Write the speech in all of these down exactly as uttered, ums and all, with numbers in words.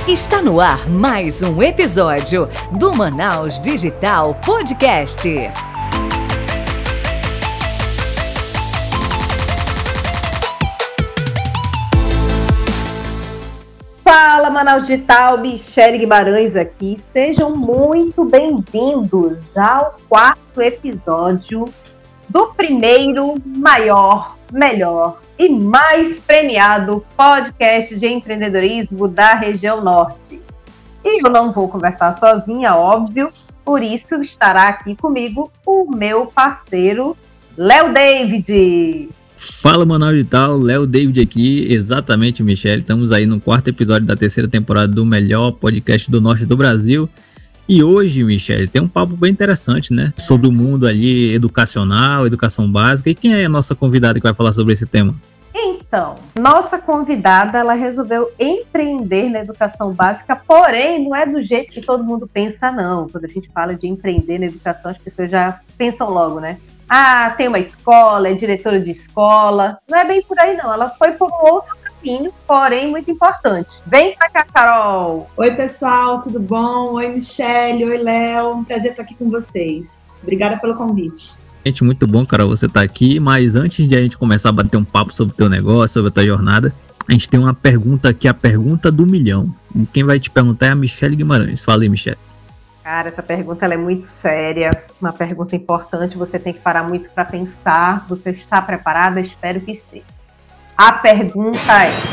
Está no ar mais um episódio do Manaus Digital Podcast. Fala, Manaus Digital, Michele Guimarães aqui. Sejam muito bem-vindos ao quarto episódio do primeiro, maior, melhor e mais premiado podcast de empreendedorismo da região norte. E eu não vou conversar sozinha, óbvio, por isso estará aqui comigo o meu parceiro, Léo David. Fala, Manaus Digital, Léo David aqui, exatamente, Michele. Estamos aí no quarto episódio da terceira temporada do melhor podcast do norte do Brasil. E hoje, Michele, tem um papo bem interessante, né? Sobre o mundo ali educacional, educação básica. E quem é a nossa convidada que vai falar sobre esse tema? Então, nossa convidada, ela resolveu empreender na educação básica, porém, não é do jeito que todo mundo pensa, não. Quando a gente fala de empreender na educação, as pessoas já pensam logo, né? Ah, tem uma escola, é diretora de escola. Não é bem por aí, não. Ela foi por um outro caminho, porém muito importante. Vem pra cá, Carol! Oi, pessoal, tudo bom? Oi, Michele, oi, Léo. Um prazer estar aqui com vocês. Obrigada pelo convite. Gente, muito bom, Carol, você estar aqui. Mas antes de a gente começar a bater um papo sobre o teu negócio, sobre a tua jornada, a gente tem uma pergunta aqui, a pergunta do milhão. E quem vai te perguntar é a Michele Guimarães. Fala aí, Michele. Cara, essa pergunta ela é muito séria, uma pergunta importante, você tem que parar muito para pensar. Você está preparada? Espero que esteja. A pergunta é: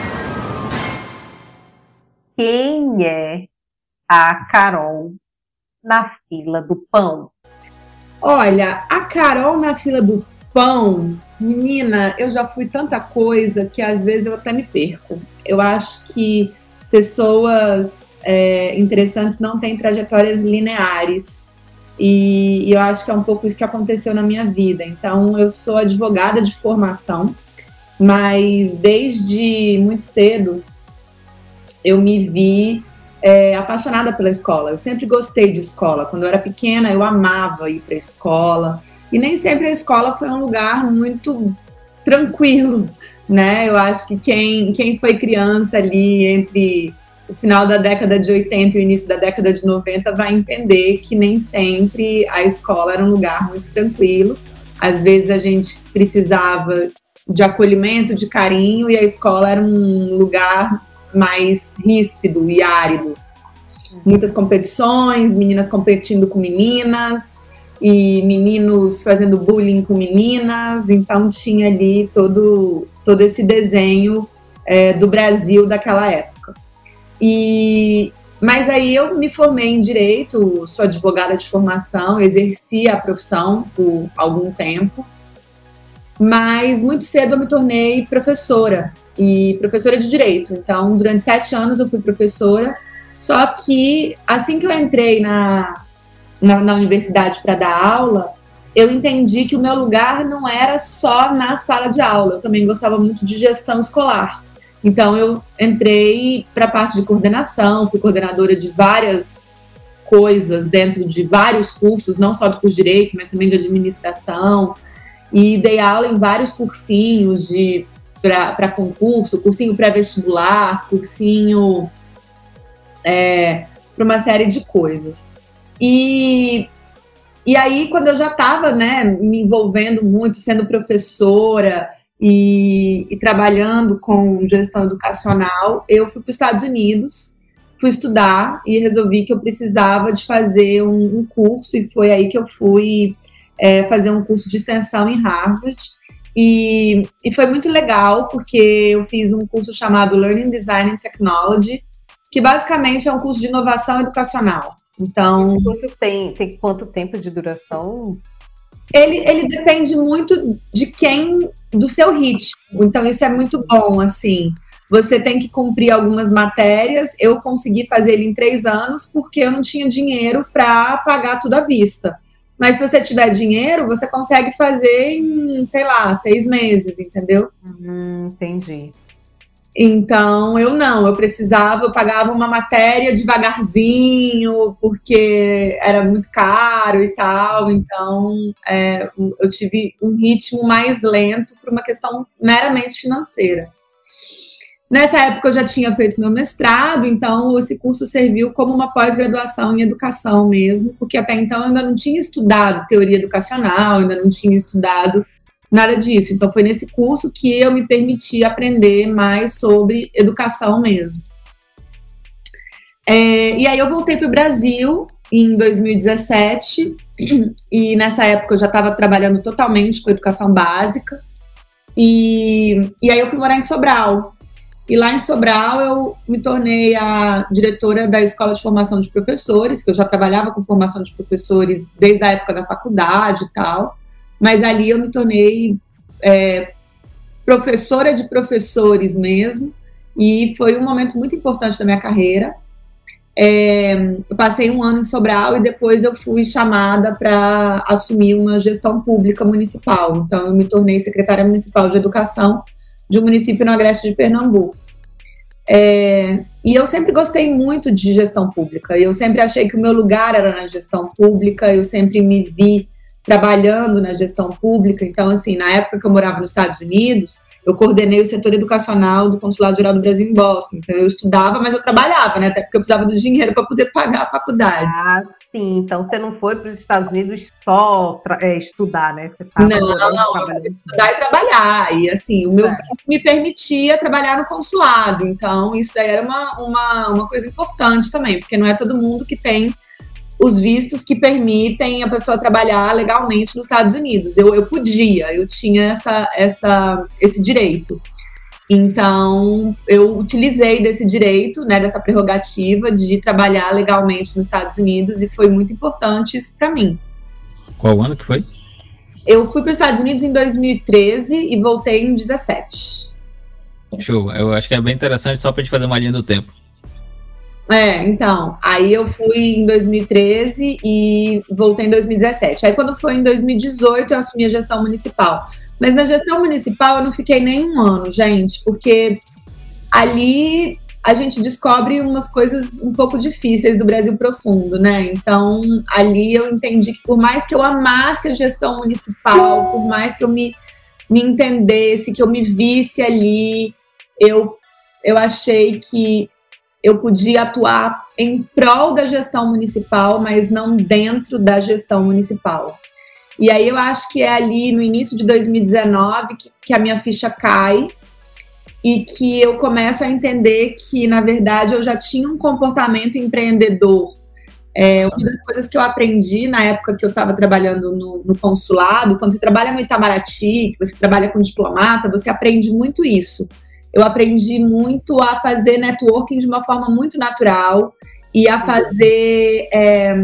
quem é a Carol na fila do pão? Olha, a Carol na fila do pão, menina, eu já fui tanta coisa que às vezes eu até me perco. Eu acho que pessoas é, interessantes não têm trajetórias lineares. E, e eu acho que é um pouco isso que aconteceu na minha vida. Então, eu sou advogada de formação, mas desde muito cedo eu me vi é, apaixonada pela escola. Eu sempre gostei de escola. Quando eu era pequena, eu amava ir para a escola. E nem sempre a escola foi um lugar muito tranquilo, né? Eu acho que quem, quem foi criança ali entre o final da década de oitenta e o início da década de noventa vai entender que nem sempre a escola era um lugar muito tranquilo. Às vezes a gente precisava de acolhimento, de carinho, e a escola era um lugar mais ríspido e árido. Muitas competições, meninas competindo com meninas e meninos fazendo bullying com meninas. Então tinha ali todo, todo esse desenho é, do Brasil daquela época. E, mas aí eu me formei em Direito, sou advogada de formação, exerci a profissão por algum tempo, mas muito cedo eu me tornei professora, e professora de Direito. Então, durante sete anos eu fui professora, só que assim que eu entrei na, na, na universidade para dar aula, eu entendi que o meu lugar não era só na sala de aula, eu também gostava muito de gestão escolar. Então, eu entrei para a parte de coordenação, fui coordenadora de várias coisas dentro de vários cursos, não só de curso de Direito, mas também de administração, e dei aula em vários cursinhos de para concurso, cursinho pré-vestibular, cursinho é, para uma série de coisas. E, e aí, quando eu já estava, né, me envolvendo muito, sendo professora e, e trabalhando com gestão educacional, eu fui para os Estados Unidos, fui estudar e resolvi que eu precisava de fazer um, um curso, e foi aí que eu fui é, fazer um curso de extensão em Harvard. E, e foi muito legal, porque eu fiz um curso chamado Learning Design and Technology, que basicamente é um curso de inovação educacional. Então, o curso tem, tem quanto tempo de duração? Ele, ele depende muito de quem, do seu ritmo. Então, isso é muito bom, assim. Você tem que cumprir algumas matérias. Eu consegui fazer ele em três anos, porque eu não tinha dinheiro para pagar tudo à vista. Mas se você tiver dinheiro, você consegue fazer em, sei lá, seis meses, entendeu? Hum, entendi. Então, eu não, eu precisava, eu pagava uma matéria devagarzinho, porque era muito caro e tal, então é, eu tive um ritmo mais lento por uma questão meramente financeira. Nessa época eu já tinha feito meu mestrado, então esse curso serviu como uma pós-graduação em educação mesmo, porque até então eu ainda não tinha estudado teoria educacional, ainda não tinha estudado nada disso. Então foi nesse curso que eu me permiti aprender mais sobre educação mesmo. É, e aí eu voltei para o Brasil em dois mil e dezessete, e nessa época eu já estava trabalhando totalmente com educação básica, e, e aí eu fui morar em Sobral. E lá em Sobral eu me tornei a diretora da Escola de Formação de Professores, que eu já trabalhava com formação de professores desde a época da faculdade e tal, mas ali eu me tornei é, professora de professores mesmo, e foi um momento muito importante da minha carreira. É, eu passei um ano em Sobral e depois eu fui chamada para assumir uma gestão pública municipal. Então eu me tornei secretária municipal de educação de um município no agreste de Pernambuco. É, e eu sempre gostei muito de gestão pública, eu sempre achei que o meu lugar era na gestão pública, eu sempre me vi trabalhando na gestão pública. Então, assim, na época que eu morava nos Estados Unidos, eu coordenei o setor educacional do Consulado Geral do Brasil em Boston. Então, eu estudava, mas eu trabalhava, né? Até porque eu precisava do dinheiro para poder pagar a faculdade. Ah, sim. Então, você não foi para os Estados Unidos só é, estudar, né? Você tava não, não, estudar e trabalhar. E, assim, o meu é. visto me permitia trabalhar no consulado. Então, isso daí era uma, uma, uma coisa importante também, porque não é todo mundo que tem os vistos que permitem a pessoa trabalhar legalmente nos Estados Unidos. Eu, eu podia, eu tinha essa, essa, esse direito. Então, eu utilizei desse direito, né, dessa prerrogativa de trabalhar legalmente nos Estados Unidos, e foi muito importante isso para mim. Qual ano que foi? Eu fui para os Estados Unidos em dois mil e treze e voltei em dezessete. Show, eu acho que é bem interessante só para a gente fazer uma linha do tempo. É, então, aí eu fui em dois mil e treze e voltei em dois mil e dezessete. Aí quando foi em dois mil e dezoito eu assumi a gestão municipal. Mas na gestão municipal eu não fiquei nem um ano, gente, porque ali a gente descobre umas coisas um pouco difíceis do Brasil profundo, né? Então, ali eu entendi que por mais que eu amasse a gestão municipal, por mais que eu me, me entendesse, que eu me visse ali, eu, eu achei que eu podia atuar em prol da gestão municipal, mas não dentro da gestão municipal. E aí eu acho que é ali no início de dois mil e dezenove que, que a minha ficha cai e que eu começo a entender que, na verdade, eu já tinha um comportamento empreendedor. É, uma das coisas que eu aprendi na época que eu estava trabalhando no, no consulado, quando você trabalha no Itamaraty, você trabalha com diplomata, você aprende muito isso. Eu aprendi muito a fazer networking de uma forma muito natural e a fazer, é,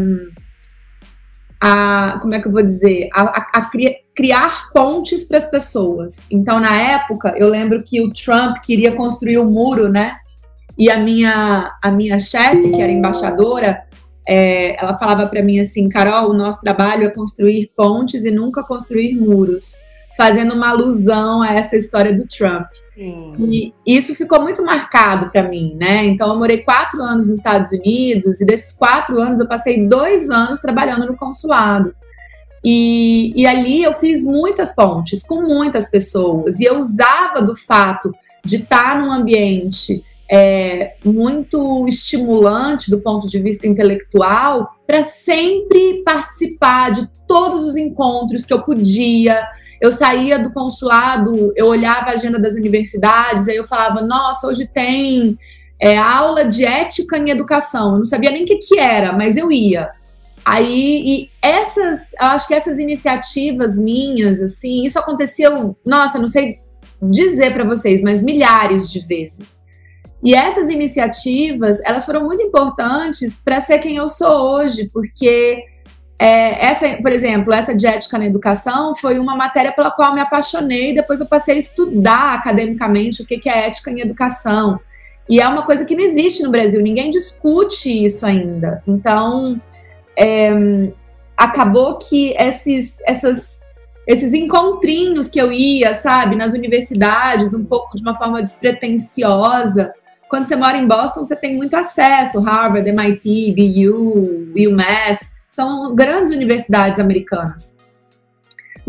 a, como é que eu vou dizer, a, a, a criar pontes para as pessoas. Então, na época, eu lembro que o Trump queria construir o muro, né? E a minha, a minha chefe, que era embaixadora, é, ela falava para mim assim: Carol, o nosso trabalho é construir pontes e nunca construir muros, fazendo uma alusão a essa história do Trump. Sim. E isso ficou muito marcado para mim, né? Então, eu morei quatro anos nos Estados Unidos, e desses quatro anos eu passei dois anos trabalhando no consulado. E, e ali eu fiz muitas pontes com muitas pessoas, e eu usava do fato de estar num ambiente é, muito estimulante do ponto de vista intelectual para sempre participar de todos os encontros que eu podia. Eu saía do consulado, eu olhava a agenda das universidades, aí eu falava, nossa, hoje tem é, aula de ética em educação. Eu não sabia nem o que, que era, mas eu ia. Aí, e essas, eu acho que essas iniciativas minhas, assim, isso aconteceu, nossa, não sei dizer para vocês, mas milhares de vezes. E essas iniciativas, elas foram muito importantes para ser quem eu sou hoje, porque é, essa, por exemplo, essa de ética na educação foi uma matéria pela qual eu me apaixonei, e depois eu passei a estudar academicamente o que é ética em educação. E é uma coisa que não existe no Brasil, ninguém discute isso ainda. Então, é, acabou que esses, essas, esses encontrinhos que eu ia, sabe, nas universidades, um pouco de uma forma despretensiosa. Quando você mora em Boston, você tem muito acesso, Harvard, M I T, B U, UMass, são grandes universidades americanas.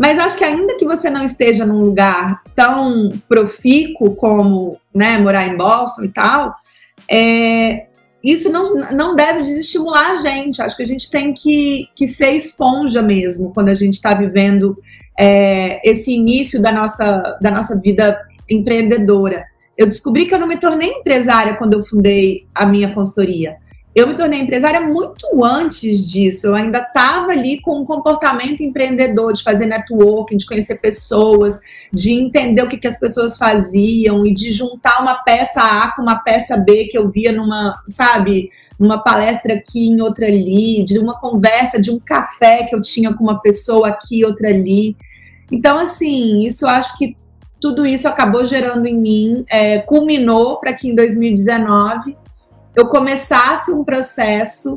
Mas acho que ainda que você não esteja num lugar tão profícuo como, né, morar em Boston e tal, é, isso não, não deve desestimular a gente. Acho que a gente tem que, que ser esponja mesmo quando a gente está vivendo é, esse início da nossa, da nossa vida empreendedora. Eu descobri que eu não me tornei empresária quando eu fundei a minha consultoria. Eu me tornei empresária muito antes disso. Eu ainda estava ali com um comportamento empreendedor, de fazer networking, de conhecer pessoas, de entender o que, que as pessoas faziam e de juntar uma peça A com uma peça B que eu via numa, sabe, numa palestra aqui, em outra ali, de uma conversa, de um café que eu tinha com uma pessoa aqui, outra ali. Então, assim, isso eu acho que tudo isso acabou gerando em mim, é, culminou para que em dois mil e dezenove eu começasse um processo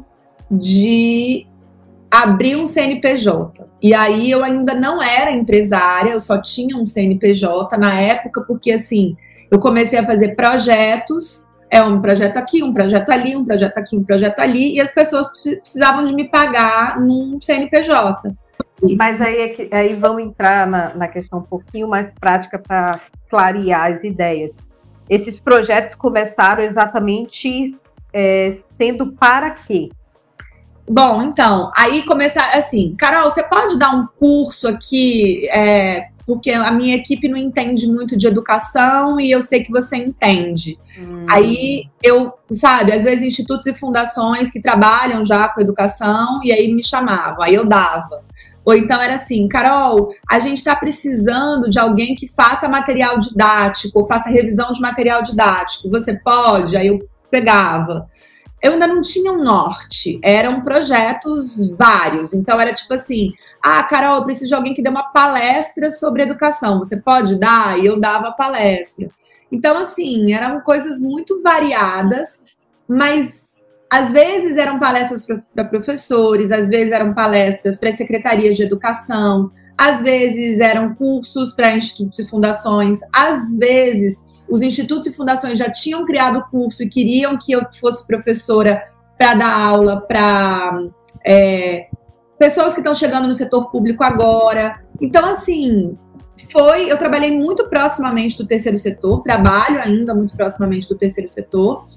de abrir um C N P J. E aí eu ainda não era empresária, eu só tinha um C N P J na época, porque assim, eu comecei a fazer projetos, é um projeto aqui, um projeto ali, um projeto aqui, um projeto ali, e as pessoas precisavam de me pagar num C N P J. Mas aí, é que, aí vamos entrar na, na questão um pouquinho mais prática para clarear as ideias. Esses projetos começaram exatamente é, sendo para quê? Bom, então, aí começar assim, Carol, você pode dar um curso aqui, é, porque a minha equipe não entende muito de educação e eu sei que você entende. Hum. Aí eu, sabe, às vezes institutos e fundações que trabalham já com educação e aí me chamavam, aí eu dava. Ou então era assim, Carol, a gente está precisando de alguém que faça material didático, ou faça revisão de material didático. Você pode? Aí eu pegava. Eu ainda não tinha um norte, eram projetos vários. Então era tipo assim, ah, Carol, eu preciso de alguém que dê uma palestra sobre educação. Você pode dar? E eu dava a palestra. Então, assim, eram coisas muito variadas, mas às vezes eram palestras para professores, às vezes eram palestras para secretarias de educação, às vezes eram cursos para institutos e fundações, às vezes os institutos e fundações já tinham criado o curso e queriam que eu fosse professora para dar aula para é, pessoas que estão chegando no setor público agora. Então, assim, foi, eu trabalhei muito proximamente do terceiro setor, trabalho ainda muito proximamente do terceiro setor,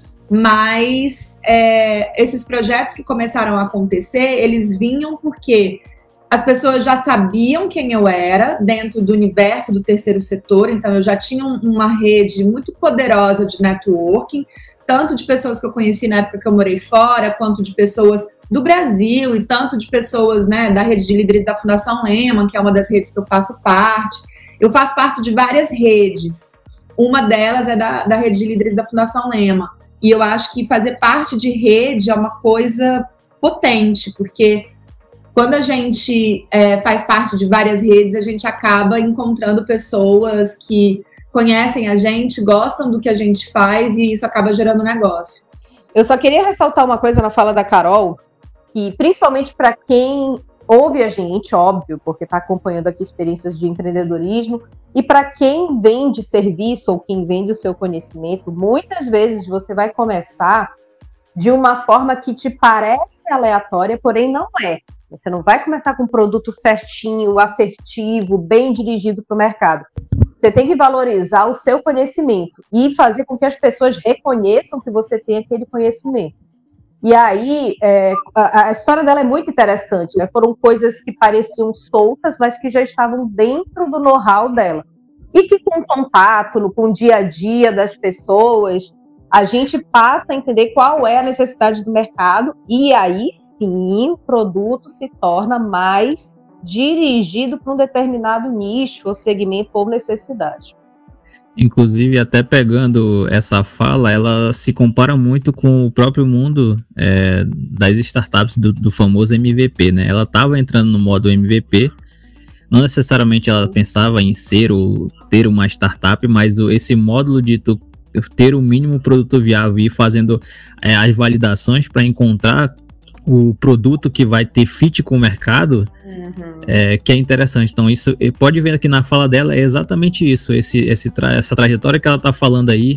mas é, esses projetos que começaram a acontecer, eles vinham porque as pessoas já sabiam quem eu era dentro do universo do terceiro setor, então eu já tinha uma rede muito poderosa de networking, tanto de pessoas que eu conheci na época que eu morei fora, quanto de pessoas do Brasil e tanto de pessoas, né, da rede de líderes da Fundação Lehman, que é uma das redes que eu faço parte. Eu faço parte de várias redes, uma delas é da, da rede de líderes da Fundação Lehman. E eu acho que fazer parte de rede é uma coisa potente, porque quando a gente é, faz parte de várias redes, a gente acaba encontrando pessoas que conhecem a gente, gostam do que a gente faz e isso acaba gerando negócio. Eu só queria ressaltar uma coisa na fala da Carol, que principalmente para quem ouve a gente, óbvio, porque está acompanhando aqui experiências de empreendedorismo, e para quem vende serviço ou quem vende o seu conhecimento, muitas vezes você vai começar de uma forma que te parece aleatória, porém não é. Você não vai começar com um produto certinho, assertivo, bem dirigido para o mercado. Você tem que valorizar o seu conhecimento e fazer com que as pessoas reconheçam que você tem aquele conhecimento. E aí, é, a, a história dela é muito interessante, né? Foram coisas que pareciam soltas, mas que já estavam dentro do know-how dela. E que com o contato, no, com o dia a dia das pessoas, a gente passa a entender qual é a necessidade do mercado e aí sim o produto se torna mais dirigido para um determinado nicho ou segmento ou necessidade. Inclusive, até pegando essa fala, ela se compara muito com o próprio mundo é, das startups do, do famoso M V P, né? Ela estava entrando no modo M V P, não necessariamente ela pensava em ser ou ter uma startup, mas o, esse módulo de tu ter o mínimo produto viável e ir fazendo é, as validações para encontrar o produto que vai ter fit com o mercado, uhum. é, que é interessante. Então, isso pode ver aqui na fala dela, é exatamente isso, esse, esse tra- essa trajetória que ela está falando aí,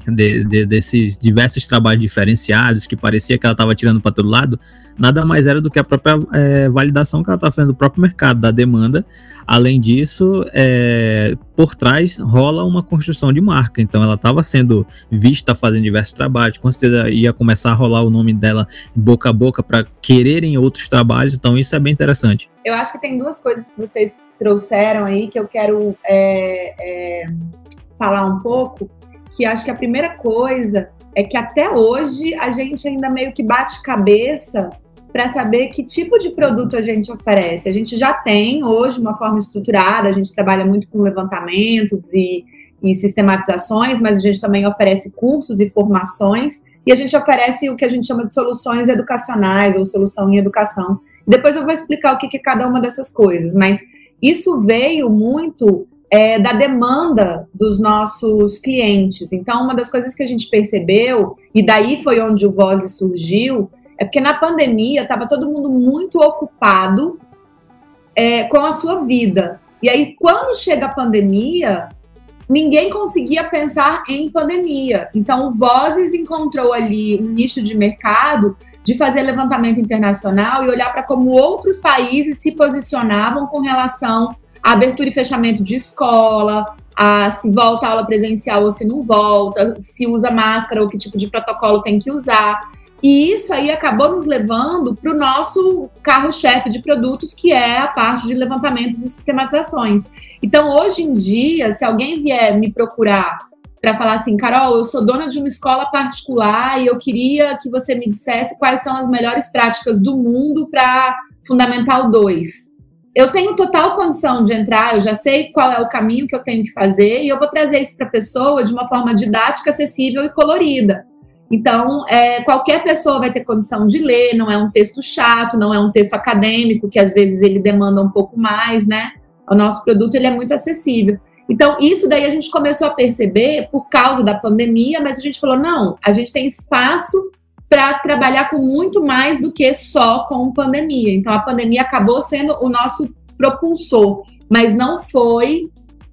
de, de, desses diversos trabalhos diferenciados, que parecia que ela estava tirando para todo lado, nada mais era do que a própria é, validação que ela está fazendo do próprio mercado, da demanda. Além disso, é, por trás rola uma construção de marca, então ela estava sendo vista fazendo diversos trabalhos, com certeza ia começar a rolar o nome dela boca a boca para quererem outros trabalhos, então isso é bem interessante. Eu acho que tem duas coisas que vocês trouxeram aí que eu quero é, é, falar um pouco, que acho que a primeira coisa é que até hoje a gente ainda meio que bate cabeça para saber que tipo de produto a gente oferece. A gente já tem hoje uma forma estruturada, a gente trabalha muito com levantamentos e, e sistematizações, mas a gente também oferece cursos e formações, e a gente oferece o que a gente chama de soluções educacionais ou solução em educação. Depois eu vou explicar o que é cada uma dessas coisas, mas isso veio muito é, da demanda dos nossos clientes. Então, uma das coisas que a gente percebeu, e daí foi onde o Voz surgiu, é porque na pandemia estava todo mundo muito ocupado é, com a sua vida. E aí, quando chega a pandemia, ninguém conseguia pensar em pandemia. Então, o Vozes encontrou ali um nicho de mercado de fazer levantamento internacional e olhar para como outros países se posicionavam com relação à abertura e fechamento de escola, a se volta a aula presencial ou se não volta, se usa máscara ou que tipo de protocolo tem que usar. E isso aí acabou nos levando para o nosso carro-chefe de produtos, que é a parte de levantamentos e sistematizações. Então, hoje em dia, se alguém vier me procurar para falar assim, Carol, eu sou dona de uma escola particular e eu queria que você me dissesse quais são as melhores práticas do mundo para Fundamental dois. Eu tenho total condição de entrar, eu já sei qual é o caminho que eu tenho que fazer e eu vou trazer isso para a pessoa de uma forma didática, acessível e colorida. Então, é, qualquer pessoa vai ter condição de ler, não é um texto chato, não é um texto acadêmico, que às vezes ele demanda um pouco mais, né? O nosso produto, ele é muito acessível. Então, isso daí a gente começou a perceber por causa da pandemia, mas a gente falou, não, a gente tem espaço para trabalhar com muito mais do que só com pandemia. Então, a pandemia acabou sendo o nosso propulsor, mas não foi,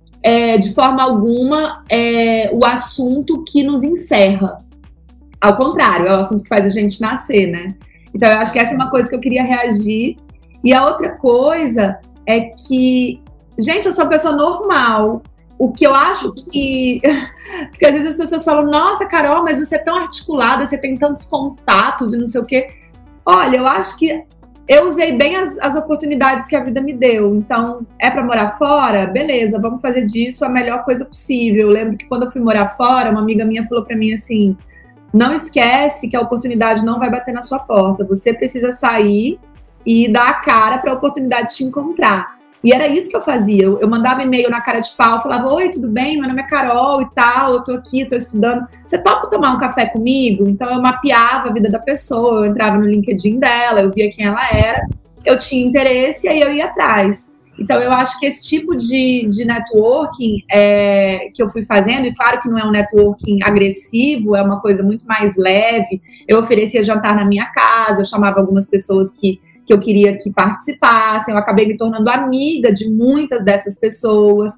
é, de forma alguma, é, o assunto que nos encerra. Ao contrário, é o assunto que faz a gente nascer, né? Então, eu acho que essa é uma coisa que eu queria reagir. E a outra coisa é que, gente, eu sou uma pessoa normal. O que eu acho que... Porque às vezes as pessoas falam, nossa, Carol, mas você é tão articulada, você tem tantos contatos e não sei o quê. Olha, eu acho que eu usei bem as, as oportunidades que a vida me deu. Então, é para morar fora? Beleza, vamos fazer disso a melhor coisa possível. Eu lembro que quando eu fui morar fora, uma amiga minha falou para mim assim, não esquece que a oportunidade não vai bater na sua porta. Você precisa sair e dar a cara para a oportunidade te encontrar. E era isso que eu fazia. Eu, eu mandava e-mail na cara de pau, falava, oi, tudo bem? Meu nome é Carol e tal, eu tô aqui, tô estudando. Você topa tomar um café comigo? Então eu mapeava a vida da pessoa, eu entrava no LinkedIn dela, eu via quem ela era, eu tinha interesse e aí eu ia atrás. Então eu acho que esse tipo de, de networking é, que eu fui fazendo, e claro que não é um networking agressivo, é uma coisa muito mais leve. Eu oferecia jantar na minha casa, eu chamava algumas pessoas que que eu queria que participassem, eu acabei me tornando amiga de muitas dessas pessoas,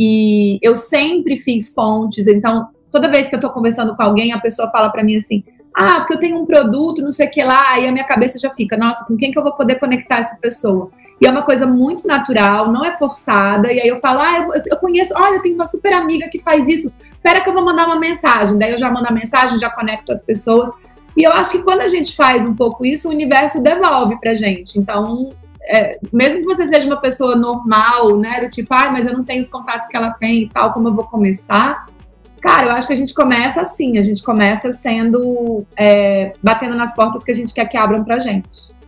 e eu sempre fiz pontes, então, toda vez que eu tô conversando com alguém, a pessoa fala pra mim assim, ah, porque eu tenho um produto, não sei o que lá, e a minha cabeça já fica, nossa, com quem que eu vou poder conectar essa pessoa? E é uma coisa muito natural, não é forçada, e aí eu falo, ah, eu, eu conheço, olha, eu tenho uma super amiga que faz isso, espera que eu vou mandar uma mensagem, daí eu já mando a mensagem, já conecto as pessoas. E eu acho que quando a gente faz um pouco isso, o universo devolve pra gente. Então, é, mesmo que você seja uma pessoa normal, né, do tipo, ah, mas eu não tenho os contatos que ela tem e tal, como eu vou começar? Cara, eu acho que a gente começa assim, a gente começa sendo, é, batendo nas portas que a gente quer que abram pra gente.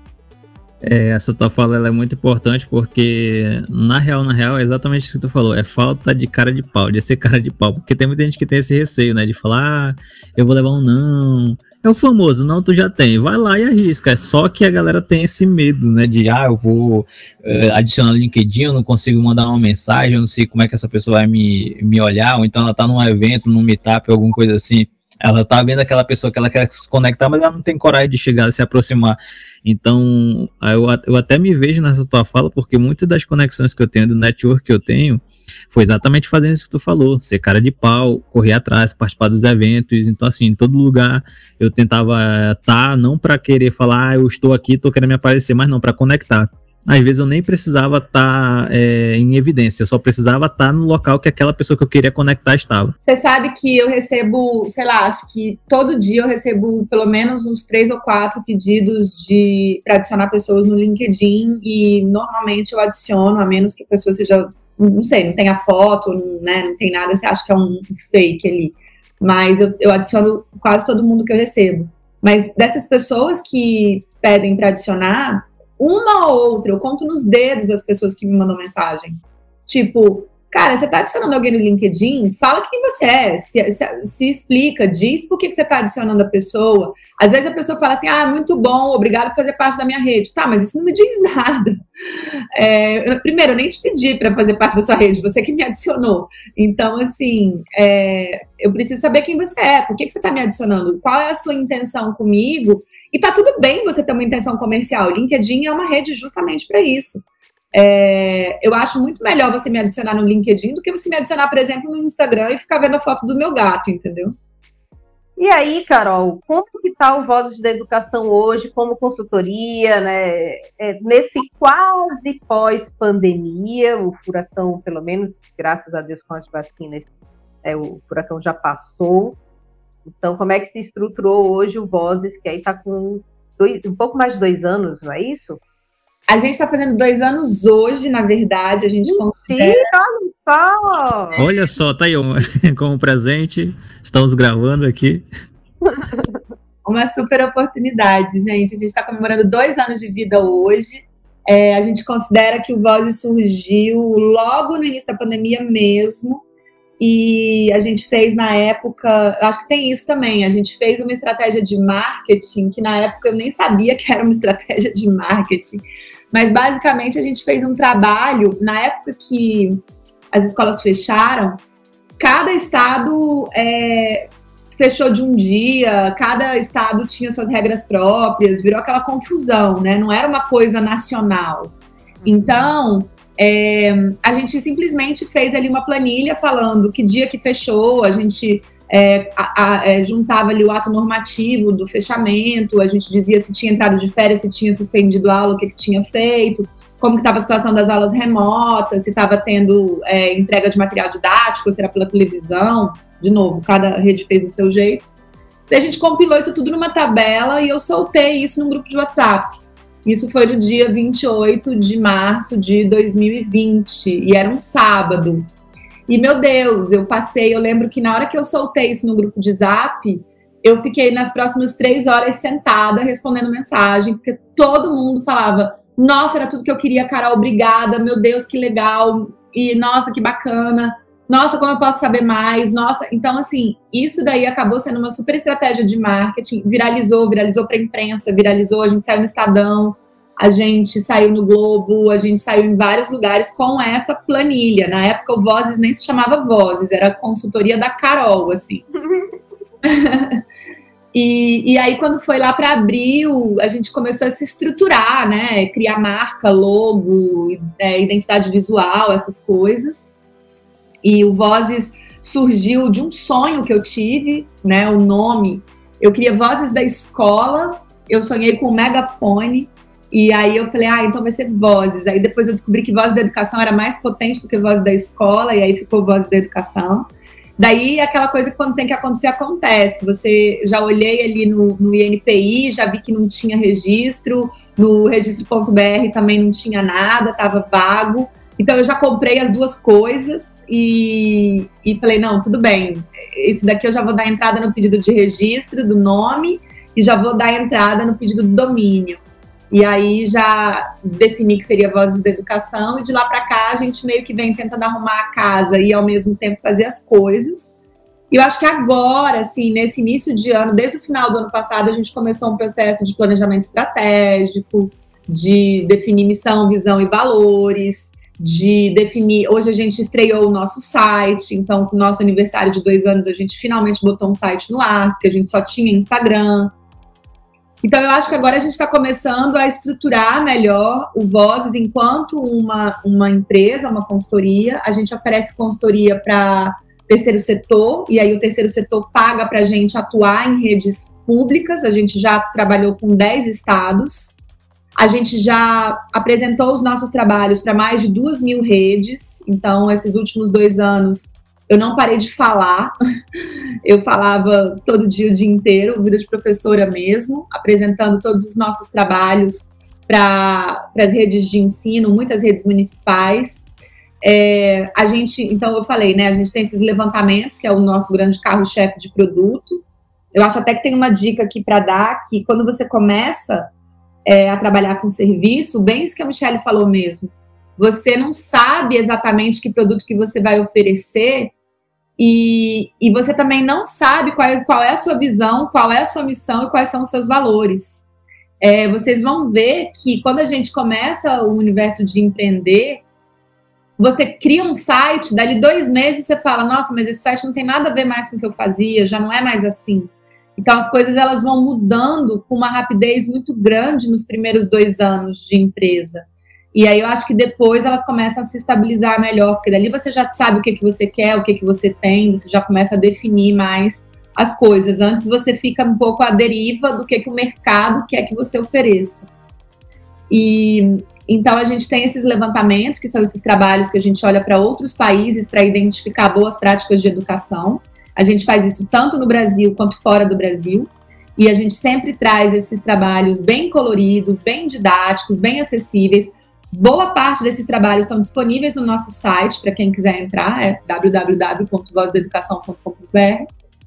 É, essa tua fala ela é muito importante porque, na real, na real, é exatamente o que tu falou, é falta de cara de pau, de ser cara de pau, porque tem muita gente que tem esse receio, né, de falar, ah, eu vou levar um não, é o famoso, não, tu já tem, vai lá e arrisca, é só que a galera tem esse medo, né, de, ah, eu vou é, adicionar no LinkedIn, eu não consigo mandar uma mensagem, eu não sei como é que essa pessoa vai me, me olhar, ou então ela tá num evento, num meetup, alguma coisa assim, ela tá vendo aquela pessoa que ela quer se conectar, mas ela não tem coragem de chegar, se aproximar. Então, eu, eu até me vejo nessa tua fala, porque muitas das conexões que eu tenho, do network que eu tenho, foi exatamente fazendo isso que tu falou, ser cara de pau, correr atrás, participar dos eventos. Então, assim, em todo lugar eu tentava estar, não para querer falar, ah, eu estou aqui, estou querendo me aparecer, mas não, para conectar. Às vezes eu nem precisava estar é, em evidência, eu só precisava estar no local que aquela pessoa que eu queria conectar estava. Você sabe que eu recebo, sei lá, acho que todo dia eu recebo pelo menos uns três ou quatro pedidos de para adicionar pessoas no LinkedIn, e normalmente eu adiciono, a menos que a pessoa seja, não sei, não tenha foto, né, não tem nada, você acha que é um fake ali. Mas eu, eu adiciono quase todo mundo que eu recebo. Mas dessas pessoas que pedem para adicionar, uma ou outra, eu conto nos dedos as pessoas que me mandam mensagem. Tipo, cara, você tá adicionando alguém no LinkedIn? Fala quem você é, se, se, se explica, diz por que, que você tá adicionando a pessoa. Às vezes a pessoa fala assim, ah, muito bom, obrigado por fazer parte da minha rede. Tá, mas isso não me diz nada. É, eu, primeiro, eu nem te pedi para fazer parte da sua rede, você que me adicionou. Então, assim, é, eu preciso saber quem você é, por que, que você tá me adicionando, qual é a sua intenção comigo. E tá tudo bem você ter uma intenção comercial. O LinkedIn é uma rede justamente para isso. É, eu acho muito melhor você me adicionar no LinkedIn do que você me adicionar, por exemplo, no Instagram e ficar vendo a foto do meu gato, entendeu? E aí, Carol, como que tá o Vozes da Educação hoje como consultoria, né? É, nesse quase pós-pandemia, o furacão, pelo menos, graças a Deus com as vacinas, é, o furacão já passou. Então, como é que se estruturou hoje o Vozes, que aí está com dois, um pouco mais de dois anos, não é isso? A gente está fazendo dois anos hoje, na verdade. A gente considera... Sim, olha só! Olha só, tá aí como presente. Estamos gravando aqui. Uma super oportunidade, gente. A gente está comemorando dois anos de vida hoje. É, a gente considera que o Vozes surgiu logo no início da pandemia mesmo. E a gente fez na época, acho que tem isso também, a gente fez uma estratégia de marketing, que na época eu nem sabia que era uma estratégia de marketing, mas basicamente a gente fez um trabalho, na época que as escolas fecharam, cada estado é, fechou de um dia, cada estado tinha suas regras próprias, virou aquela confusão, né? Não era uma coisa nacional. Então... É, a gente simplesmente fez ali uma planilha falando que dia que fechou, a gente é, a, a, é, juntava ali o ato normativo do fechamento, a gente dizia se tinha entrado de férias, se tinha suspendido a aula, o que, que tinha feito, como que estava a situação das aulas remotas, se estava tendo é, entrega de material didático, se era pela televisão, de novo, cada rede fez do seu jeito. E a gente compilou isso tudo numa tabela e eu soltei isso num grupo de WhatsApp. Isso foi no dia vinte e oito de março de dois mil e vinte, e era um sábado. E, meu Deus, eu passei, eu lembro que na hora que eu soltei isso no grupo de Zap, eu fiquei nas próximas três horas sentada respondendo mensagem, porque todo mundo falava, nossa, era tudo que eu queria, Carol, obrigada, meu Deus, que legal, e nossa, que bacana, nossa, como eu posso saber mais, nossa. Então, assim, isso daí acabou sendo uma super estratégia de marketing, viralizou, viralizou para a imprensa, viralizou, a gente saiu no Estadão, a gente saiu no Globo, a gente saiu em vários lugares com essa planilha. Na época, o Vozes nem se chamava Vozes, era a consultoria da Carol, assim. e, e aí, quando foi lá para abril, a gente começou a se estruturar, né? Criar marca, logo, é, identidade visual, essas coisas. E o Vozes surgiu de um sonho que eu tive, né? O nome, eu queria Vozes da Escola, eu sonhei com um megafone, e aí eu falei, ah, então vai ser Vozes. Aí depois eu descobri que Vozes da Educação era mais potente do que Vozes da Escola, e aí ficou Vozes da Educação. Daí aquela coisa que quando tem que acontecer, acontece. Você, já olhei ali no, no I N P I, já vi que não tinha registro, no registro ponto b r também não tinha nada, estava vago. Então, eu já comprei as duas coisas e, e falei, não, tudo bem. Esse daqui eu já vou dar entrada no pedido de registro do nome e já vou dar entrada no pedido do domínio. E aí, já defini que seria Vozes da Educação e de lá para cá, a gente meio que vem tentando arrumar a casa e, ao mesmo tempo, fazer as coisas. E eu acho que agora, assim, nesse início de ano, desde o final do ano passado, a gente começou um processo de planejamento estratégico, de definir missão, visão e valores. de definir. Hoje a gente estreou o nosso site, então com o nosso aniversário de dois anos a gente finalmente botou um site no ar, porque a gente só tinha Instagram. Então eu acho que agora a gente está começando a estruturar melhor o Vozes enquanto uma, uma empresa, uma consultoria. A gente oferece consultoria para terceiro setor, e aí o terceiro setor paga para a gente atuar em redes públicas. A gente já trabalhou com dez estados. A gente já apresentou os nossos trabalhos para mais de duas mil redes. Então, esses últimos dois anos, eu não parei de falar. Eu falava todo dia, o dia inteiro, vida de professora mesmo, apresentando todos os nossos trabalhos para as redes de ensino, muitas redes municipais. É, a gente, então, eu falei, né? A gente tem esses levantamentos, que é o nosso grande carro-chefe de produto. Eu acho até que tem uma dica aqui para dar, que quando você começa É, a trabalhar com serviço, bem isso que a Michelle falou mesmo, você não sabe exatamente que produto que você vai oferecer e, e você também não sabe qual é, qual é a sua visão, qual é a sua missão e quais são os seus valores. É, vocês vão ver que quando a gente começa o universo de empreender, você cria um site, dali dois meses você fala, nossa, mas esse site não tem nada a ver mais com o que eu fazia, já não é mais assim. Então, as coisas elas vão mudando com uma rapidez muito grande nos primeiros dois anos de empresa. E aí eu acho que depois elas começam a se estabilizar melhor, porque dali você já sabe o que, que você quer, o que, que você tem, você já começa a definir mais as coisas. Antes você fica um pouco à deriva do que, que o mercado quer que você ofereça. E então a gente tem esses levantamentos, que são esses trabalhos que a gente olha para outros países para identificar boas práticas de educação. A gente faz isso tanto no Brasil quanto fora do Brasil, e a gente sempre traz esses trabalhos bem coloridos, bem didáticos, bem acessíveis. Boa parte desses trabalhos estão disponíveis no nosso site, para quem quiser entrar, é w w w ponto voz da educação ponto com ponto b r.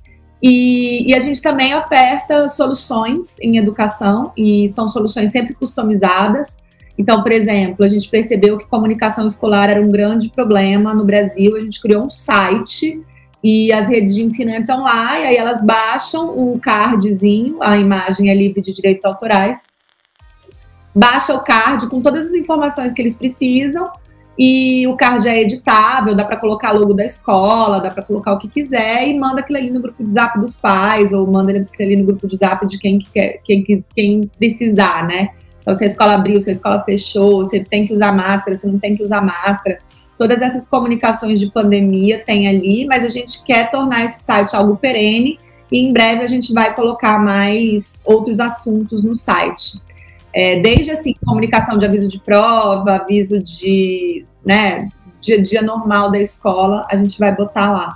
E, e a gente também oferta soluções em educação, e são soluções sempre customizadas. Então, por exemplo, a gente percebeu que comunicação escolar era um grande problema no Brasil, a gente criou um site, e as redes de ensino entram lá, e aí elas baixam o cardzinho, a imagem é livre de direitos autorais, baixa o card com todas as informações que eles precisam, e o card é editável, dá para colocar logo da escola, dá para colocar o que quiser, e manda aquilo ali no grupo de zap dos pais, ou manda aquilo ali no grupo de zap de quem, quer, quem, quem precisar, né? Então, se a escola abriu, se a escola fechou, você tem que usar máscara, você não tem que usar máscara. Todas essas comunicações de pandemia tem ali, mas a gente quer tornar esse site algo perene e em breve a gente vai colocar mais outros assuntos no site. É, desde, assim, comunicação de aviso de prova, aviso de, né, dia a dia normal da escola, a gente vai botar lá.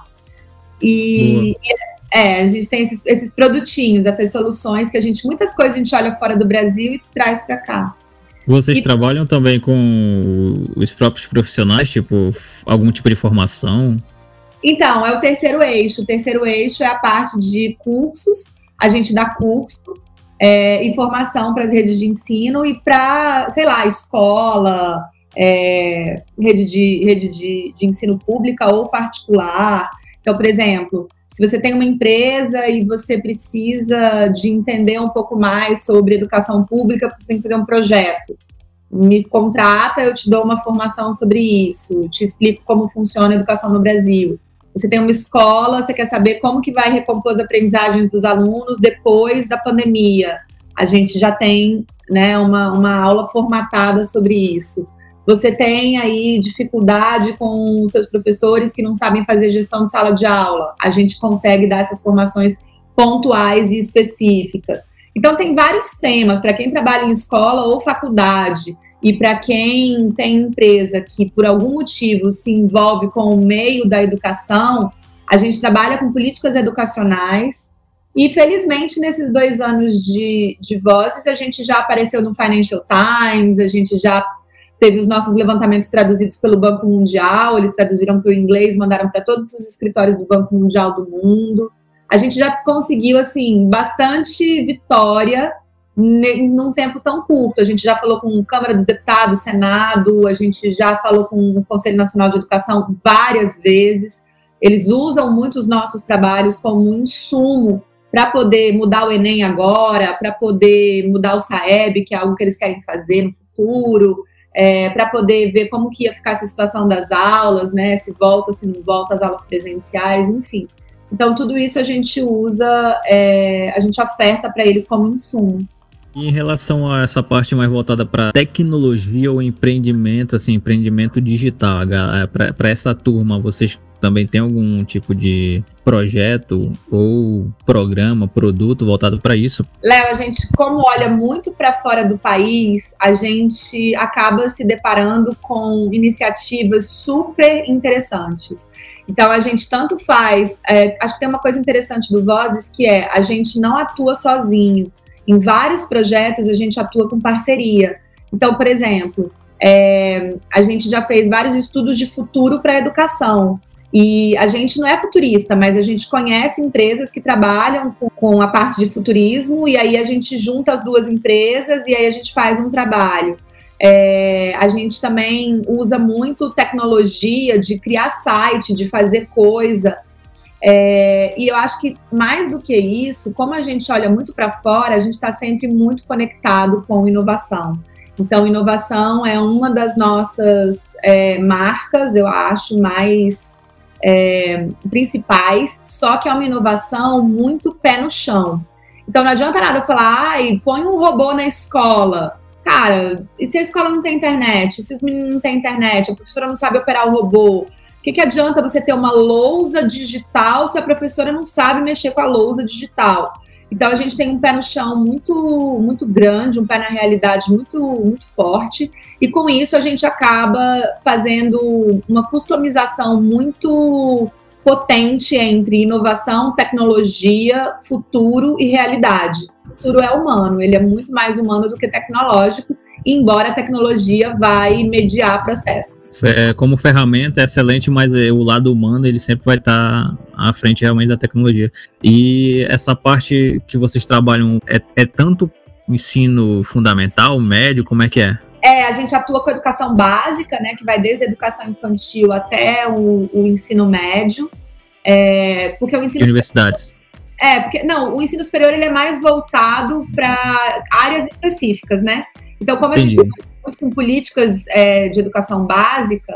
E, e é, a gente tem esses, esses produtinhos, essas soluções que a gente, muitas coisas a gente olha fora do Brasil e traz para cá. Vocês e, trabalham também com os próprios profissionais, tipo, algum tipo de formação? Então, é o terceiro eixo. O terceiro eixo é a parte de cursos. A gente dá curso é, e formação para as redes de ensino e para, sei lá, escola, é, rede, de, rede de, de ensino pública ou particular. Então, por exemplo, se você tem uma empresa e você precisa de entender um pouco mais sobre educação pública, você tem que fazer um projeto. Me contrata, eu te dou uma formação sobre isso, te explico como funciona a educação no Brasil. Você tem uma escola, você quer saber como que vai recompor as aprendizagens dos alunos depois da pandemia. A gente já tem, né, uma, uma aula formatada sobre isso. Você tem aí dificuldade com os seus professores que não sabem fazer gestão de sala de aula. A gente consegue dar essas formações pontuais e específicas. Então, tem vários temas para quem trabalha em escola ou faculdade e para quem tem empresa que, por algum motivo, se envolve com o meio da educação. A gente trabalha com políticas educacionais e, felizmente, nesses dois anos de, de Vozes, a gente já apareceu no Financial Times, a gente já teve os nossos levantamentos traduzidos pelo Banco Mundial, eles traduziram para o inglês, mandaram para todos os escritórios do Banco Mundial do mundo. A gente já conseguiu, assim, bastante vitória num tempo tão curto. A gente já falou com a Câmara dos Deputados, Senado, a gente já falou com o Conselho Nacional de Educação várias vezes. Eles usam muito os nossos trabalhos como um insumo para poder mudar o Enem agora, para poder mudar o SAEB, que é algo que eles querem fazer no futuro. é, para poder ver como que ia ficar essa situação das aulas, né? Se volta, se não volta as aulas presenciais, enfim. Então, tudo isso a gente usa, é, a gente oferta para eles como insumo. E em relação a essa parte mais voltada para tecnologia ou empreendimento, assim, empreendimento digital, para essa turma, vocês também têm algum tipo de projeto ou programa, produto voltado para isso? Léo, a gente, como olha muito para fora do país, a gente acaba se deparando com iniciativas super interessantes. Então, a gente tanto faz... É, acho que tem uma coisa interessante do Vozes, que é a gente não atua sozinho. Em vários projetos, a gente atua com parceria. Então, por exemplo, é, a gente já fez vários estudos de futuro para a educação. E a gente não é futurista, mas a gente conhece empresas que trabalham com, com a parte de futurismo, e aí a gente junta as duas empresas e aí a gente faz um trabalho. É, a gente também usa muito tecnologia de criar site, de fazer coisa. É, e eu acho que, mais do que isso, como a gente olha muito para fora, a gente está sempre muito conectado com inovação. Então, inovação é uma das nossas é, marcas, eu acho, mais é, principais, só que é uma inovação muito pé no chão. Então, não adianta nada eu falar, ai, põe um robô na escola. Cara, e se a escola não tem internet? Se os meninos não têm internet? A professora não sabe operar o robô? O que, que adianta você ter uma lousa digital se a professora não sabe mexer com a lousa digital? Então, a gente tem um pé no chão muito, muito grande, um pé na realidade muito, muito forte, e com isso a gente acaba fazendo uma customização muito potente entre inovação, tecnologia, futuro e realidade. O futuro é humano, ele é muito mais humano do que tecnológico, embora a tecnologia vai mediar processos. Como ferramenta é excelente, mas o lado humano ele sempre vai estar à frente realmente da tecnologia. E essa parte que vocês trabalham é, é tanto ensino fundamental, médio, como é que é? É, a gente atua com a educação básica, né, que vai desde a educação infantil até o, o ensino médio. É, porque o ensino Universidades. É, porque não, o ensino superior ele é mais voltado para áreas específicas, né? Então, como a Entendi. gente trabalha muito com políticas é, de educação básica,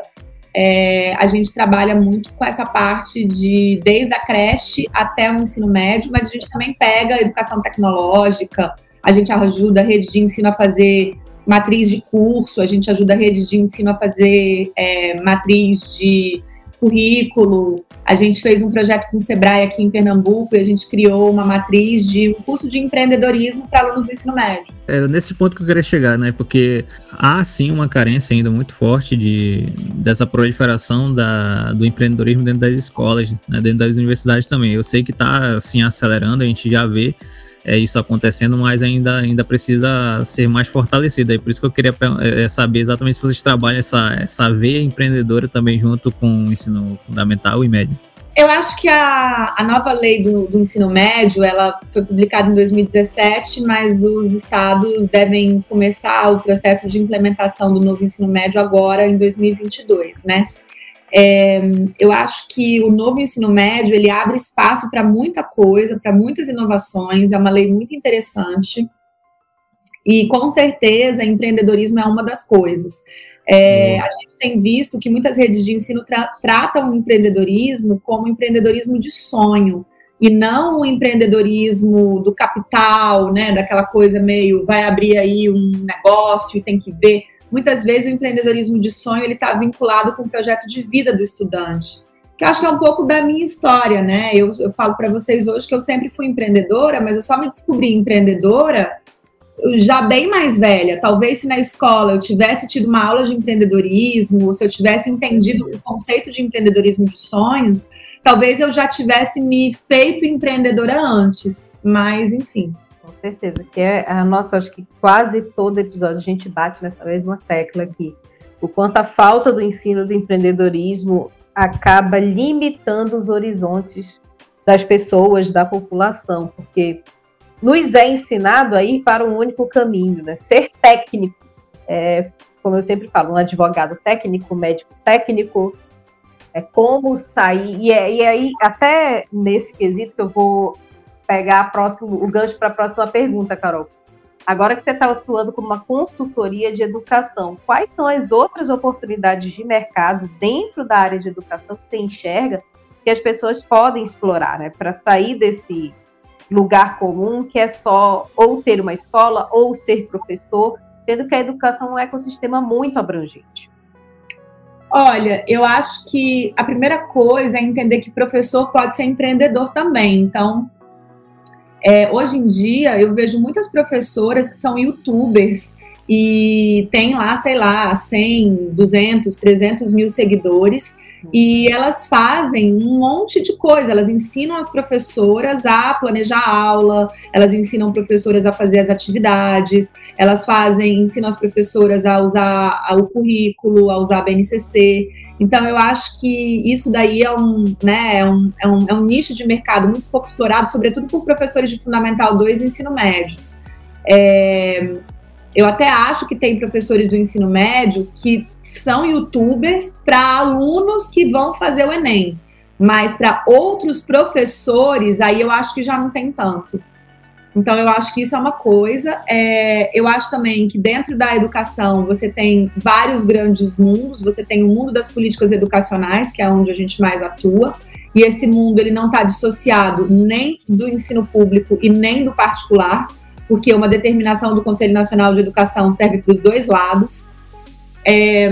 é, a gente trabalha muito com essa parte de desde a creche até o ensino médio, mas a gente também pega a educação tecnológica, a gente ajuda a rede de ensino a fazer matriz de curso, a gente ajuda a rede de ensino a fazer é, matriz de currículo. A gente fez um projeto com o Sebrae aqui em Pernambuco e a gente criou uma matriz de um curso de empreendedorismo para alunos do ensino médio. É nesse ponto que eu queria chegar, né? Porque há sim uma carência ainda muito forte de, dessa proliferação da, do empreendedorismo dentro das escolas, né? Dentro das universidades também. Eu sei que está assim acelerando, a gente já vê é, isso acontecendo, mas ainda, ainda precisa ser mais fortalecido. É por isso que eu queria é, saber exatamente se vocês trabalham essa, essa veia empreendedora também junto com o ensino fundamental e médio. Eu acho que a, a nova lei do, do ensino médio, ela foi publicada em dois mil e dezessete, mas os estados devem começar o processo de implementação do novo ensino médio agora em dois mil e vinte e dois, né? É, eu acho que o novo ensino médio, ele abre espaço para muita coisa, para muitas inovações, é uma lei muito interessante e com certeza empreendedorismo é uma das coisas. É, a gente tem visto que muitas redes de ensino tra- tratam o empreendedorismo como empreendedorismo de sonho e não o empreendedorismo do capital, né, daquela coisa meio vai abrir aí um negócio e tem que ver. Muitas vezes o empreendedorismo de sonho ele está vinculado com o projeto de vida do estudante, que eu acho que é um pouco da minha história, né? Eu, eu falo para vocês hoje que eu sempre fui empreendedora, mas eu só me descobri empreendedora já bem mais velha. Talvez se na escola eu tivesse tido uma aula de empreendedorismo, ou se eu tivesse entendido o conceito de empreendedorismo de sonhos, talvez eu já tivesse me feito empreendedora antes, mas enfim. Com certeza, que é a nossa, acho que quase todo episódio a gente bate nessa mesma tecla aqui. O quanto a falta do ensino do empreendedorismo acaba limitando os horizontes das pessoas, da população, porque nos é ensinado a ir para um único caminho, né? Ser técnico, é, como eu sempre falo, um advogado técnico, um médico técnico, é como sair, e, é, e aí até nesse quesito que eu vou pegar próximo, o gancho para a próxima pergunta, Carol. agora que você está atuando como uma consultoria de educação, quais são as outras oportunidades de mercado dentro da área de educação que você enxerga que as pessoas podem explorar, né, para sair desse lugar comum que é só ou ter uma escola ou ser professor, sendo que a educação é um ecossistema muito abrangente? Olha, eu acho que a primeira coisa é entender que professor pode ser empreendedor também. Então, é, hoje em dia, eu vejo muitas professoras que são youtubers e tem lá, sei lá, cem, duzentos, trezentos mil seguidores, e elas fazem um monte de coisa. Elas ensinam as professoras a planejar a aula, elas ensinam professoras a fazer as atividades, elas fazem, ensinam as professoras a usar o currículo, a usar a B N C C. Então, eu acho que isso daí é um, né, é um, é um, é um nicho de mercado muito pouco explorado, sobretudo por professores de Fundamental dois e ensino médio. É, eu até acho que tem professores do ensino médio que são youtubers para alunos que vão fazer o Enem, mas para outros professores, aí eu acho que já não tem tanto. Então, eu acho que isso é uma coisa. É, eu acho também que dentro da educação você tem vários grandes mundos. Você tem o mundo das políticas educacionais, que é onde a gente mais atua, e esse mundo ele não está dissociado nem do ensino público e nem do particular, porque uma determinação do Conselho Nacional de Educação serve para os dois lados. É,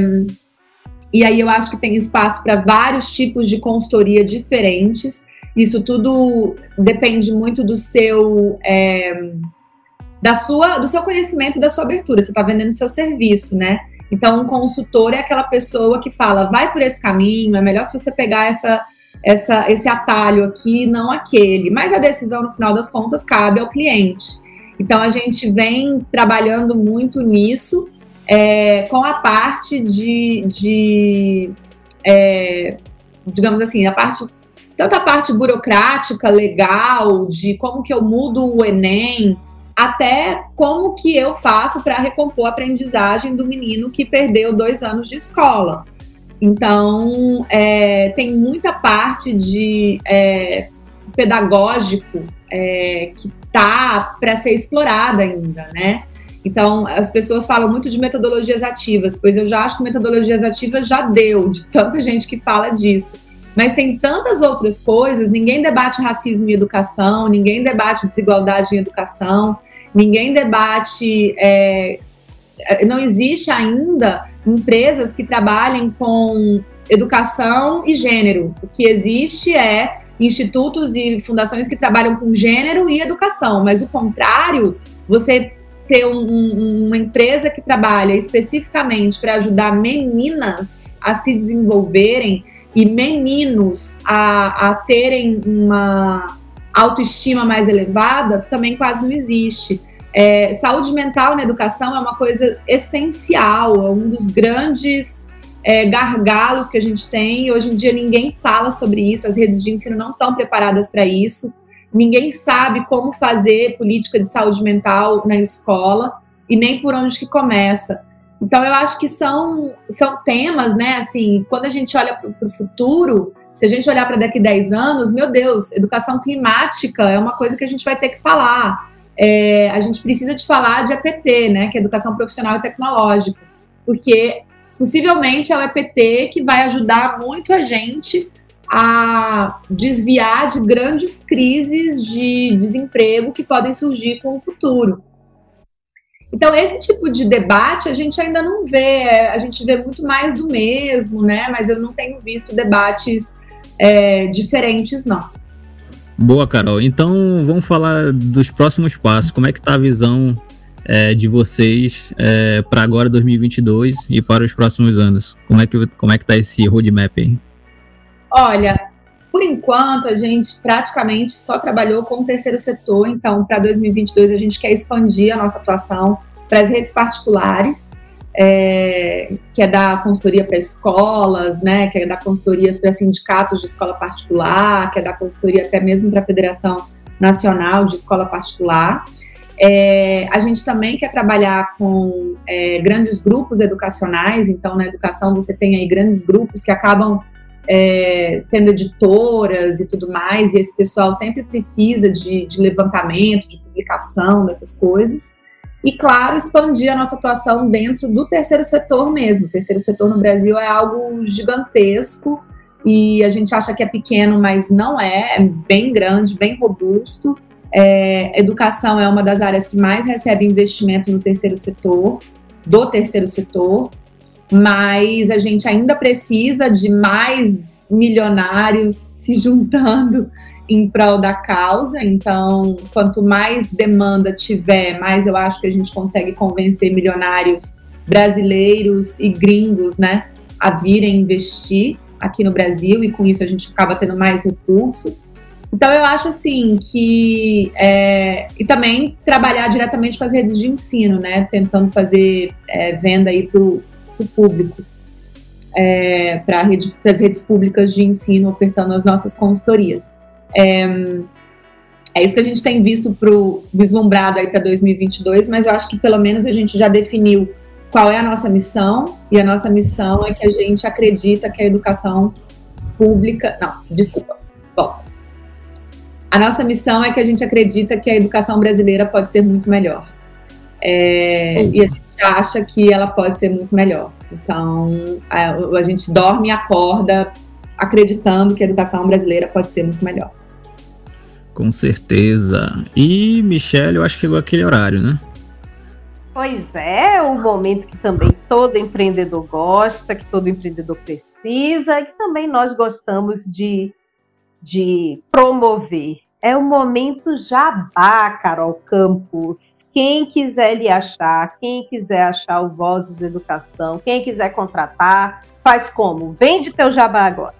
e aí eu acho que tem espaço para vários tipos de consultoria diferentes. Isso tudo depende muito do seu, é, da sua, do seu conhecimento e da sua abertura. Você está vendendo o seu serviço, né? Então, um consultor é aquela pessoa que fala, vai por esse caminho, é melhor se você pegar essa, essa, esse atalho aqui, não aquele. Mas a decisão, no final das contas, cabe ao cliente. Então, a gente vem trabalhando muito nisso, É, com a parte de, de é, digamos assim, a parte, tanto a parte burocrática, legal, de como que eu mudo o Enem, até como que eu faço para recompor a aprendizagem do menino que perdeu dois anos de escola. Então, é, tem muita parte de é, pedagógico é, que está para ser explorada ainda, né? Então, as pessoas falam muito de metodologias ativas, pois eu já acho que metodologias ativas já deu, de tanta gente que fala disso. Mas tem tantas outras coisas, ninguém debate racismo em educação, ninguém debate desigualdade em educação, ninguém debate... É, não existe ainda empresas que trabalhem com educação e gênero. O que existe é institutos e fundações que trabalham com gênero e educação, mas o contrário, você... ter um, um, uma empresa que trabalha especificamente para ajudar meninas a se desenvolverem e meninos a, a terem uma autoestima mais elevada, também quase não existe. É, saúde mental na educação é uma coisa essencial, é um dos grandes é, gargalos que a gente tem. Hoje em dia ninguém fala sobre isso, as redes de ensino não estão preparadas para isso. Ninguém sabe como fazer política de saúde mental na escola e nem por onde que começa. Então, eu acho que são, são temas, né, assim, quando a gente olha para o futuro, se a gente olhar para daqui a dez anos, meu Deus, educação climática é uma coisa que a gente vai ter que falar. É, a gente precisa de falar de E P T, né, que é Educação Profissional e Tecnológica, porque possivelmente é o E P T que vai ajudar muito a gente a desviar de grandes crises de desemprego que podem surgir com o futuro. Então, esse tipo de debate a gente ainda não vê, a gente vê muito mais do mesmo, né? Mas eu não tenho visto debates é, diferentes, não. Boa, Carol. Então, vamos falar dos próximos passos. Como é que está a visão é, de vocês é, para agora, dois mil e vinte e dois, e para os próximos anos? Como é que como é que está esse roadmap aí? Olha, por enquanto a gente praticamente só trabalhou com o terceiro setor, então para dois mil e vinte e dois a gente quer expandir a nossa atuação para as redes particulares, é, que é dar consultoria para escolas, né, que é dar consultorias para sindicatos de escola particular, que é dar consultoria até mesmo para a Federação Nacional de Escola Particular. É, a gente também quer trabalhar com é, grandes grupos educacionais, então na educação você tem aí grandes grupos que acabam É, tendo editoras e tudo mais, e esse pessoal sempre precisa de, de levantamento, de publicação dessas coisas. E, claro, expandir a nossa atuação dentro do terceiro setor mesmo. O terceiro setor no Brasil é algo gigantesco e a gente acha que é pequeno, mas não é, é bem grande, bem robusto. É, educação é uma das áreas que mais recebe investimento no terceiro setor, do terceiro setor, mas a gente ainda precisa de mais milionários se juntando em prol da causa. Então, quanto mais demanda tiver, mais eu acho que a gente consegue convencer milionários brasileiros e gringos, né, a virem investir aqui no Brasil, e com isso a gente acaba tendo mais recurso. Então, eu acho assim que... É, e também trabalhar diretamente com as redes de ensino, né, tentando fazer é, venda aí para o público, é, para rede, as redes públicas de ensino, ofertando as nossas consultorias. É, é isso que a gente tem visto pro, vislumbrado aí para dois mil e vinte e dois, mas eu acho que pelo menos a gente já definiu qual é a nossa missão, e a nossa missão é que a gente acredita que a educação pública... Não, desculpa. Bom, a nossa missão é que a gente acredita que a educação brasileira pode ser muito melhor. É, e a gente acha que ela pode ser muito melhor. Então, a, a gente dorme e acorda acreditando que a educação brasileira pode ser muito melhor. Com certeza. E, Michele, eu acho que chegou aquele horário, né? Pois é, o momento que também todo empreendedor gosta, que todo empreendedor precisa, e que também nós gostamos de, de promover. É o momento jabá, Carol Campos. Quem quiser lhe achar, quem quiser achar o Vozes da Educação, quem quiser contratar, faz como? Vende teu jabá agora.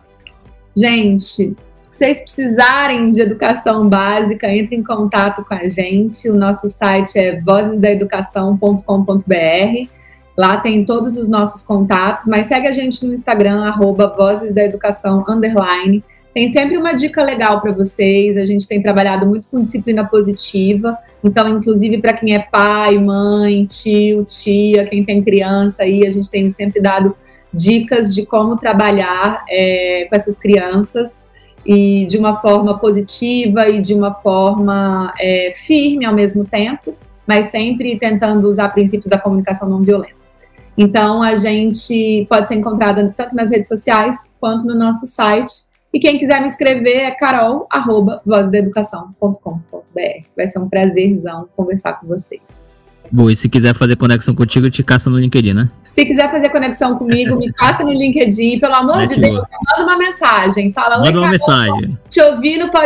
Gente, se vocês precisarem de educação básica, entre em contato com a gente. O nosso site é vozes da educação ponto com ponto b r. Lá tem todos os nossos contatos, mas segue a gente no Instagram, arroba vozes da educação, underline. Tem sempre uma dica legal para vocês. A gente tem trabalhado muito com disciplina positiva. Então, inclusive, para quem é pai, mãe, tio, tia, quem tem criança aí, a gente tem sempre dado dicas de como trabalhar é, com essas crianças, e de uma forma positiva e de uma forma é, firme ao mesmo tempo, mas sempre tentando usar princípios da comunicação não violenta. Então, a gente pode ser encontrada tanto nas redes sociais quanto no nosso site. E quem quiser me escrever é carol arroba voz da educação ponto com ponto b r. Vai ser um prazerzão conversar com vocês. Boa, e se quiser fazer conexão contigo, te caça no LinkedIn, né? Se quiser fazer conexão comigo, me caça no LinkedIn. Pelo amor Mete de Deus, boa. manda uma mensagem. Fala, Manda oi, uma Carol, mensagem. te ouvi no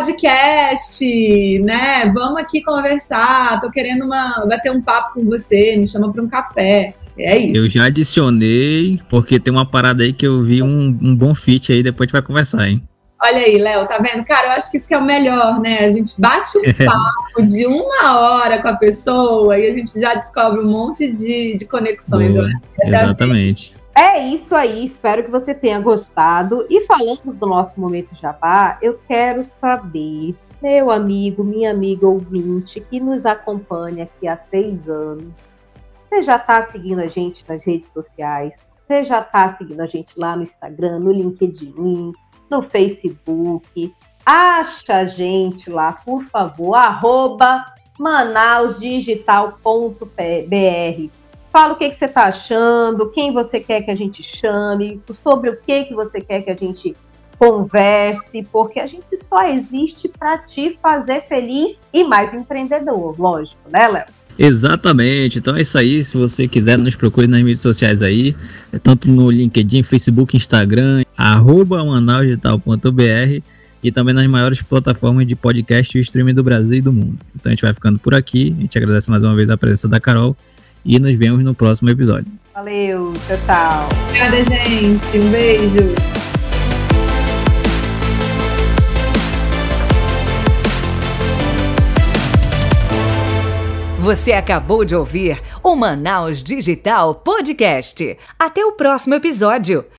podcast, né? Vamos aqui conversar. Tô querendo uma, bater um papo com você. Me chama para um café. É isso. Eu já adicionei, porque tem uma parada aí que eu vi um, um bom fit aí, depois a gente vai conversar, hein? Olha aí, Léo, tá vendo? Cara, eu acho que isso que é o melhor, né? A gente bate um papo de uma hora com a pessoa e a gente já descobre um monte de, de conexões. Boa, exatamente. É isso aí, espero que você tenha gostado. E falando do nosso Momento Jabá, eu quero saber, meu amigo, minha amiga ouvinte, que nos acompanha aqui há seis anos, você já está seguindo a gente nas redes sociais? Você já está seguindo a gente lá no Instagram, no LinkedIn, no Facebook? Acha a gente lá, por favor, arroba manaus digital ponto b r. Fala o que, que você está achando, quem você quer que a gente chame, sobre o que, que você quer que a gente converse, porque a gente só existe para te fazer feliz e mais empreendedor, lógico, né, Léo? Exatamente, então é isso aí. Se você quiser, nos procure nas mídias sociais aí, tanto no LinkedIn, Facebook, Instagram, arroba manaus digital ponto b r, e também nas maiores plataformas de podcast e streaming do Brasil e do mundo. Então a gente vai ficando por aqui, a gente agradece mais uma vez a presença da Carol e nos vemos no próximo episódio. Valeu, tchau, tchau. Obrigada, gente, um beijo. Você acabou de ouvir o Manaus Digital Podcast. Até o próximo episódio.